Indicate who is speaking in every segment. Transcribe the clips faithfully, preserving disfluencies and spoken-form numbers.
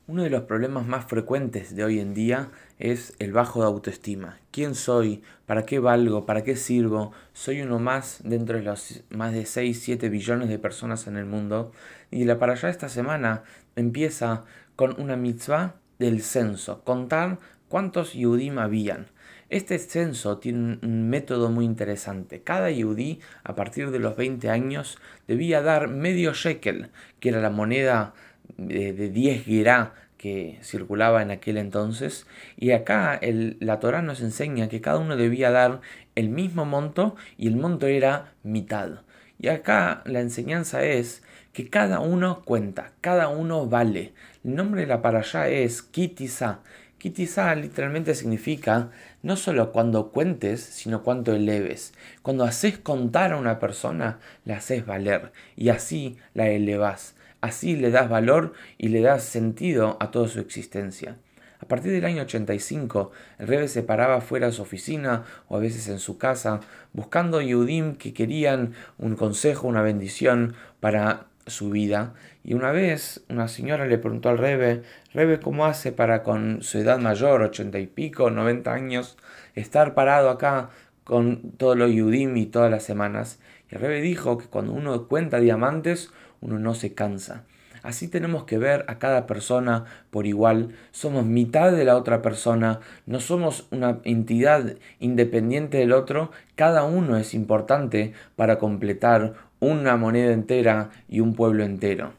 Speaker 1: Uno de los problemas más frecuentes de hoy en día es el bajo de autoestima. ¿Quién soy? ¿Para qué valgo? ¿Para qué sirvo? Soy uno más dentro de los más de seis siete billones de personas en el mundo. Y la parashá esta semana empieza con una mitzvah del censo, contar cuántos Yehudim habían. Este censo tiene un método muy interesante. Cada Yehudí, a partir de los veinte años, debía dar medio shekel, que era la moneda de, de diez gerá que circulaba en aquel entonces, y acá el, la Torá nos enseña que cada uno debía dar el mismo monto y el monto era mitad. Y acá la enseñanza es que cada uno cuenta, cada uno vale. El nombre de la parashá es Kitizá. Kitizá literalmente significa no solo cuando cuentes, sino cuando eleves. Cuando haces contar a una persona, la haces valer y así la elevás. Así le das valor y le das sentido a toda su existencia. A partir del año ochenta y cinco, el Rebbe se paraba fuera de su oficina o a veces en su casa, buscando Yehudim que querían un consejo, una bendición para su vida. Y una vez una señora le preguntó al Rebbe, Rebbe, ¿cómo hace para con su edad mayor, ochenta y pico, noventa años, estar parado acá con todos los Yehudim y todas las semanas? Y el Rebbe dijo que cuando uno cuenta diamantes, uno no se cansa. Así tenemos que ver a cada persona por igual. Somos mitad de la otra persona, no somos una entidad independiente del otro. Cada uno es importante para completar una moneda entera y un pueblo entero.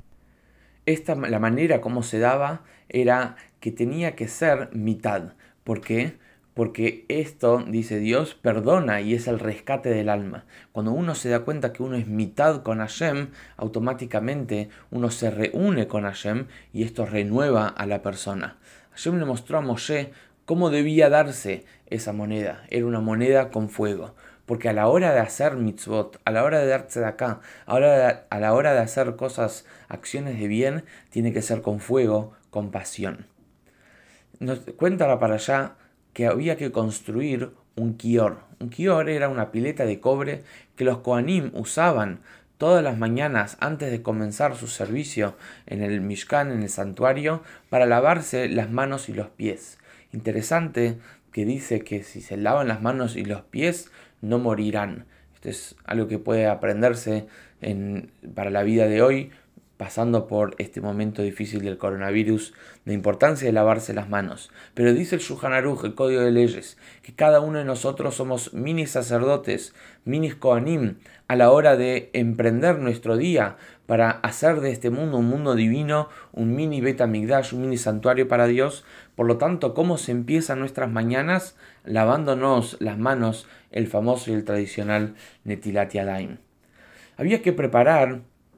Speaker 1: Esta, la manera como se daba era que tenía que ser mitad. ¿Por qué? Porque esto, dice Dios, perdona y es el rescate del alma. Cuando uno se da cuenta que uno es mitad con Hashem, automáticamente uno se reúne con Hashem y esto renueva a la persona. Hashem le mostró a Moshe cómo debía darse esa moneda. Era una moneda con fuego. Porque a la hora de hacer mitzvot, a la hora de darse de acá, a la hora de hacer cosas, acciones de bien, tiene que ser con fuego, con pasión. Nos cuenta la parashá que había que construir un kior. Un kior era una pileta de cobre que los Kohanim usaban todas las mañanas antes de comenzar su servicio en el Mishkan, en el santuario, para lavarse las manos y los pies. Interesante que dice que si se lavan las manos y los pies no morirán. Esto es algo que puede aprenderse en, para la vida de hoy, pasando por este momento difícil del coronavirus, la importancia de lavarse las manos. Pero dice el Shulchan Aruch, el Código de Leyes, que cada uno de nosotros somos mini sacerdotes, mini Kohanim, a la hora de emprender nuestro día para hacer de este mundo un mundo divino, un mini Bet HaMikdash, un mini santuario para Dios. Por lo tanto, ¿cómo se empiezan nuestras mañanas? Lavándonos las manos, el famoso y el tradicional Netilat Yadayim. Había que preparar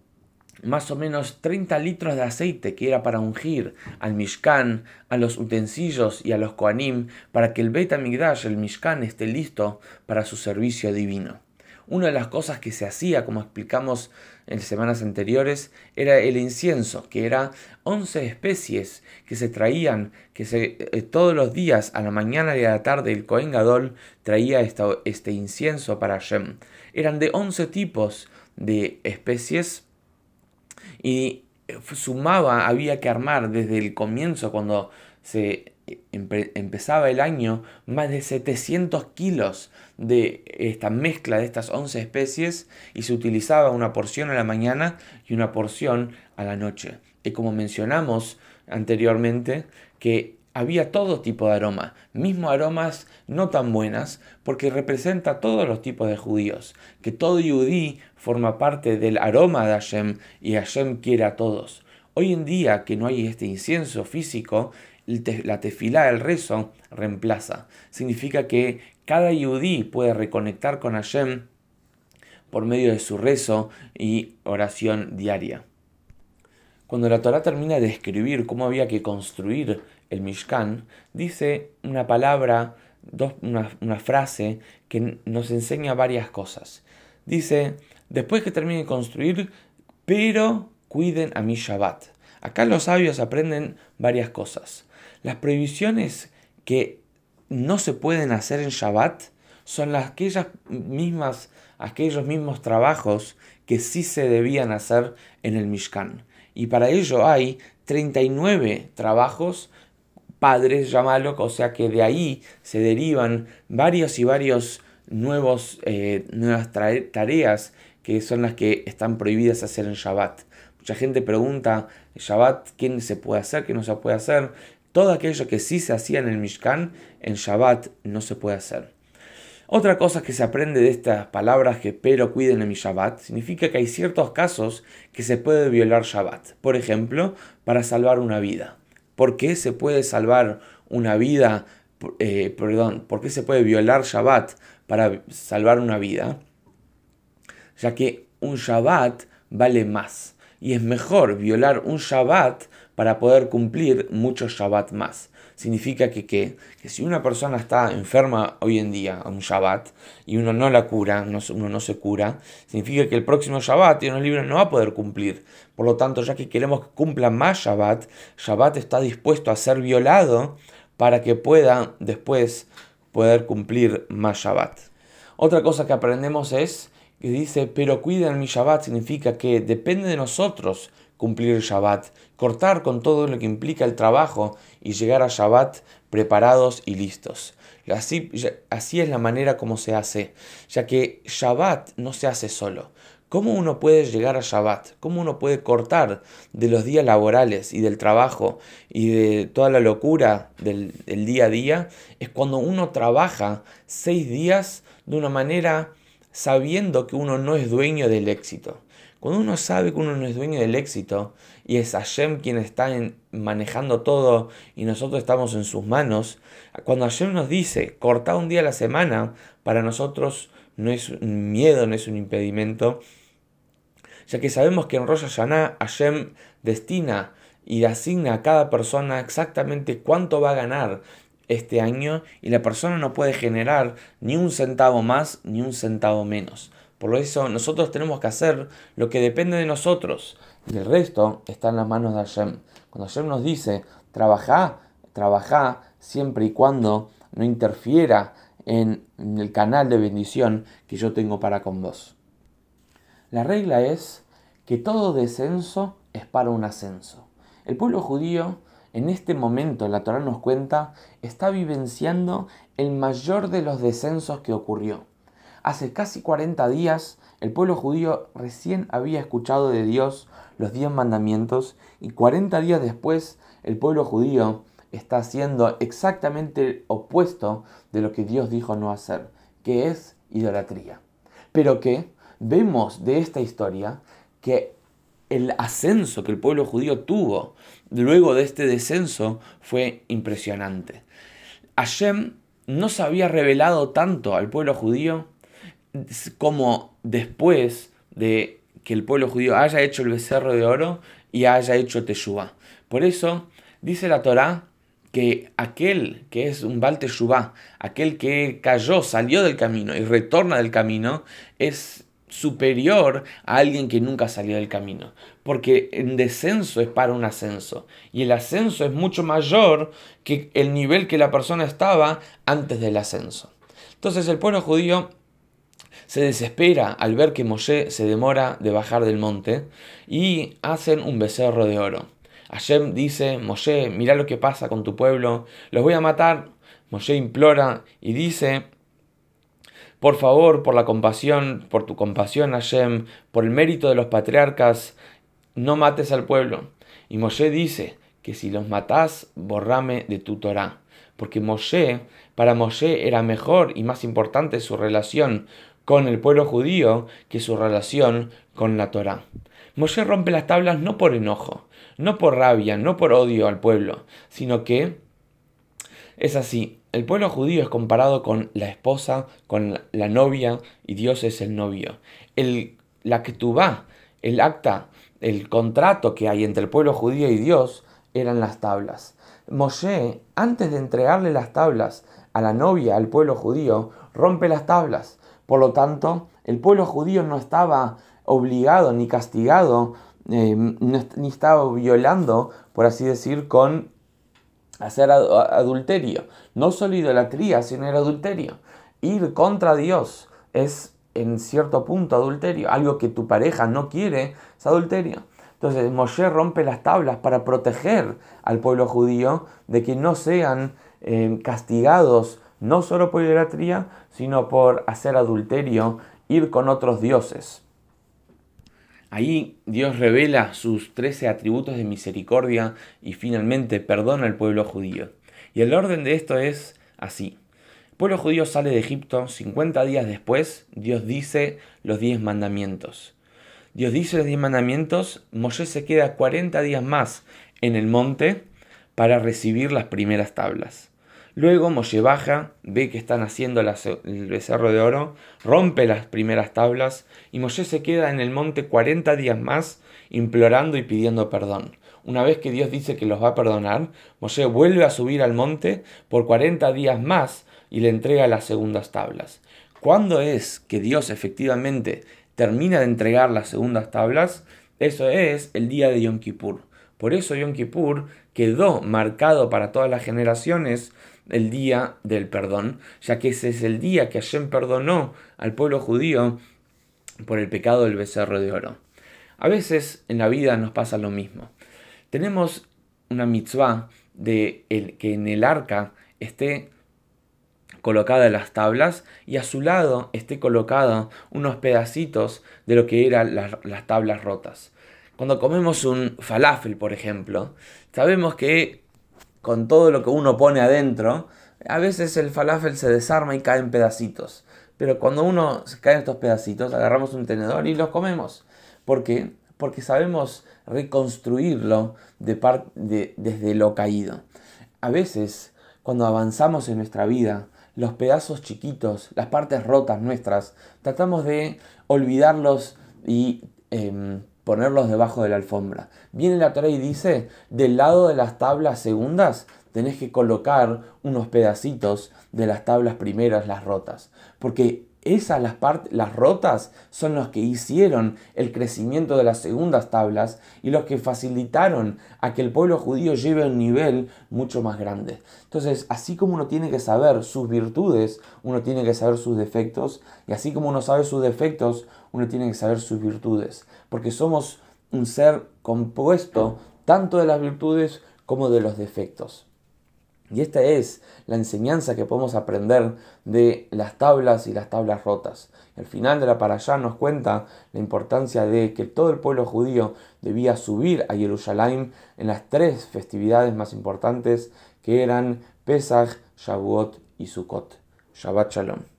Speaker 1: más o menos treinta litros de aceite que era para ungir al Mishkan, a los utensilios y a los Kohanim, para que el Beit HaMikdash, el Mishkan, esté listo para su servicio divino. Una de las cosas que se hacía, como explicamos en semanas anteriores, era el incienso, que era once especies que se traían, que se, eh, todos los días, a la mañana y a la tarde, el Kohen Gadol traía esta, este incienso para Hashem. Eran de once tipos de especies y sumaba, había que armar desde el comienzo, cuando se empe- empezaba el año, más de setecientos kilos de esta mezcla de estas once especies, y se utilizaba una porción a la mañana y una porción a la noche. Y como mencionamos anteriormente, que había todo tipo de aroma, mismo aromas no tan buenas, porque representa todos los tipos de judíos, que todo yudí forma parte del aroma de Hashem y Hashem quiere a todos. Hoy en día que no hay este incienso físico, la tefilá, el rezo, reemplaza. Significa que cada yudí puede reconectar con Hashem por medio de su rezo y oración diaria. Cuando la Torá termina de describir cómo había que construir el Mishkan, dice una palabra, dos, una, una frase que nos enseña varias cosas. Dice, después que termine de construir, pero cuiden a mi Shabbat. Acá los sabios aprenden varias cosas. Las prohibiciones que no se pueden hacer en Shabbat son las, aquellas mismas, aquellos mismos trabajos que sí se debían hacer en el Mishkan. Y para ello hay treinta y nueve trabajos padres, llámalo, o sea que de ahí se derivan varios y varios nuevos, eh, nuevas tareas que son las que están prohibidas hacer en Shabbat. Mucha gente pregunta, Shabbat, ¿qué se puede hacer, qué no se puede hacer? Todo aquello que sí se hacía en el Mishkan, en Shabbat no se puede hacer. Otra cosa que se aprende de estas palabras que pero cuiden en mi Shabbat, significa que hay ciertos casos que se puede violar Shabbat. Por ejemplo, para salvar una vida. ¿Por qué se puede salvar una vida? Eh, perdón, ¿por qué se puede violar Shabbat para salvar una vida? Ya que un Shabbat vale más. Y es mejor violar un Shabbat para poder cumplir muchos Shabbat más. Significa que, que, que si una persona está enferma hoy en día, un Shabbat, y uno no la cura, no, uno no se cura, significa que el próximo Shabbat y uno libre no va a poder cumplir. Por lo tanto, ya que queremos que cumpla más Shabbat, Shabbat está dispuesto a ser violado para que pueda después poder cumplir más Shabbat. Otra cosa que aprendemos es que dice, pero cuiden mi Shabbat, significa que depende de nosotros cumplir el Shabbat, cortar con todo lo que implica el trabajo y llegar a Shabbat preparados y listos. Así, así es la manera como se hace, ya que Shabbat no se hace solo. ¿Cómo uno puede llegar a Shabbat? ¿Cómo uno puede cortar de los días laborales y del trabajo y de toda la locura del, del día a día? Es cuando uno trabaja seis días de una manera sabiendo que uno no es dueño del éxito. Cuando uno sabe que uno no es dueño del éxito y es Hashem quien está en, manejando todo y nosotros estamos en sus manos, cuando Hashem nos dice corta un día a la semana, para nosotros no es un miedo, no es un impedimento, ya que sabemos que en Rosh Hashanah Hashem destina y asigna a cada persona exactamente cuánto va a ganar este año y la persona no puede generar ni un centavo más ni un centavo menos. Por eso nosotros tenemos que hacer lo que depende de nosotros y el resto está en las manos de Hashem. Cuando Hashem nos dice trabajá, trabajá siempre y cuando no interfiera en el canal de bendición que yo tengo para con vos. La regla es que todo descenso es para un ascenso. El pueblo judío en este momento, la Torá nos cuenta, está vivenciando el mayor de los descensos que ocurrió. Hace casi cuarenta días, el pueblo judío recién había escuchado de Dios los diez mandamientos y cuarenta días después, el pueblo judío está haciendo exactamente el opuesto de lo que Dios dijo no hacer, que es idolatría. Pero que vemos de esta historia que el ascenso que el pueblo judío tuvo luego de este descenso fue impresionante. Hashem no se había revelado tanto al pueblo judío como después de que el pueblo judío haya hecho el becerro de oro y haya hecho teshuvá. Por eso dice la Torá que aquel que es un Baal teshuvá, aquel que cayó, salió del camino y retorna del camino, es superior a alguien que nunca salió del camino, porque el descenso es para un ascenso y el ascenso es mucho mayor que el nivel que la persona estaba antes del ascenso. Entonces el pueblo judío se desespera al ver que Moshe se demora de bajar del monte y hacen un becerro de oro. Hashem dice, Moshe, mira lo que pasa con tu pueblo, los voy a matar. Moshe implora y dice, por favor, por la compasión, por tu compasión, Hashem, por el mérito de los patriarcas, no mates al pueblo. Y Moshe dice que si los matás, borrame de tu Torá. Porque Moshe, para Moshe era mejor y más importante su relación con el pueblo judío que su relación con la Torá. Moshe rompe las tablas no por enojo, no por rabia, no por odio al pueblo, sino que es así. El pueblo judío es comparado con la esposa, con la novia, y Dios es el novio. El, la ketubá, el acta, el contrato que hay entre el pueblo judío y Dios, eran las tablas. Moshe, antes de entregarle las tablas a la novia, al pueblo judío, rompe las tablas. Por lo tanto, el pueblo judío no estaba obligado ni castigado, eh, ni estaba violando, por así decir, con hacer adulterio. No solo idolatría, sino el adulterio. Ir contra Dios es en cierto punto adulterio. Algo que tu pareja no quiere es adulterio. Entonces Moshe rompe las tablas para proteger al pueblo judío de que no sean eh, castigados no solo por idolatría, sino por hacer adulterio, ir con otros dioses. Ahí Dios revela sus trece atributos de misericordia y finalmente perdona al pueblo judío. Y el orden de esto es así. El pueblo judío sale de Egipto, cincuenta días después, Dios dice los diez mandamientos. Dios dice los diez mandamientos, Moshe se queda cuarenta días más en el monte para recibir las primeras tablas. Luego Moshe baja, ve que están haciendo el becerro de oro, rompe las primeras tablas y Moshe se queda en el monte cuarenta días más implorando y pidiendo perdón. Una vez que Dios dice que los va a perdonar, Moshe vuelve a subir al monte por cuarenta días más y le entrega las segundas tablas. ¿Cuándo es que Dios efectivamente termina de entregar las segundas tablas? Eso es el día de Yom Kippur. Por eso Yom Kippur quedó marcado para todas las generaciones el día del perdón, ya que ese es el día que Hashem perdonó al pueblo judío por el pecado del becerro de oro. A veces en la vida nos pasa lo mismo. Tenemos una mitzvah de el, que en el arca esté colocada las tablas y a su lado esté colocada unos pedacitos de lo que eran las, las tablas rotas. Cuando comemos un falafel, por ejemplo, sabemos que con todo lo que uno pone adentro, a veces el falafel se desarma y cae en pedacitos. Pero cuando uno se cae en estos pedacitos, agarramos un tenedor y los comemos. ¿Por qué? Porque sabemos reconstruirlo de par- de, desde lo caído. A veces, cuando avanzamos en nuestra vida, los pedazos chiquitos, las partes rotas nuestras, tratamos de olvidarlos y eh, ponerlos debajo de la alfombra. Viene la Torá y dice, del lado de las tablas segundas tenés que colocar unos pedacitos de las tablas primeras, las rotas. Porque esas, las, part- las rotas, son los que hicieron el crecimiento de las segundas tablas y los que facilitaron a que el pueblo judío lleve a un nivel mucho más grande. Entonces, así como uno tiene que saber sus virtudes, uno tiene que saber sus defectos, y así como uno sabe sus defectos, uno tiene que saber sus virtudes. Porque somos un ser compuesto tanto de las virtudes como de los defectos. Y esta es la enseñanza que podemos aprender de las tablas y las tablas rotas. Y al final de la parashá nos cuenta la importancia de que todo el pueblo judío debía subir a Jerusalén en las tres festividades más importantes que eran Pesach, Shavuot y Sukkot. Shabbat Shalom.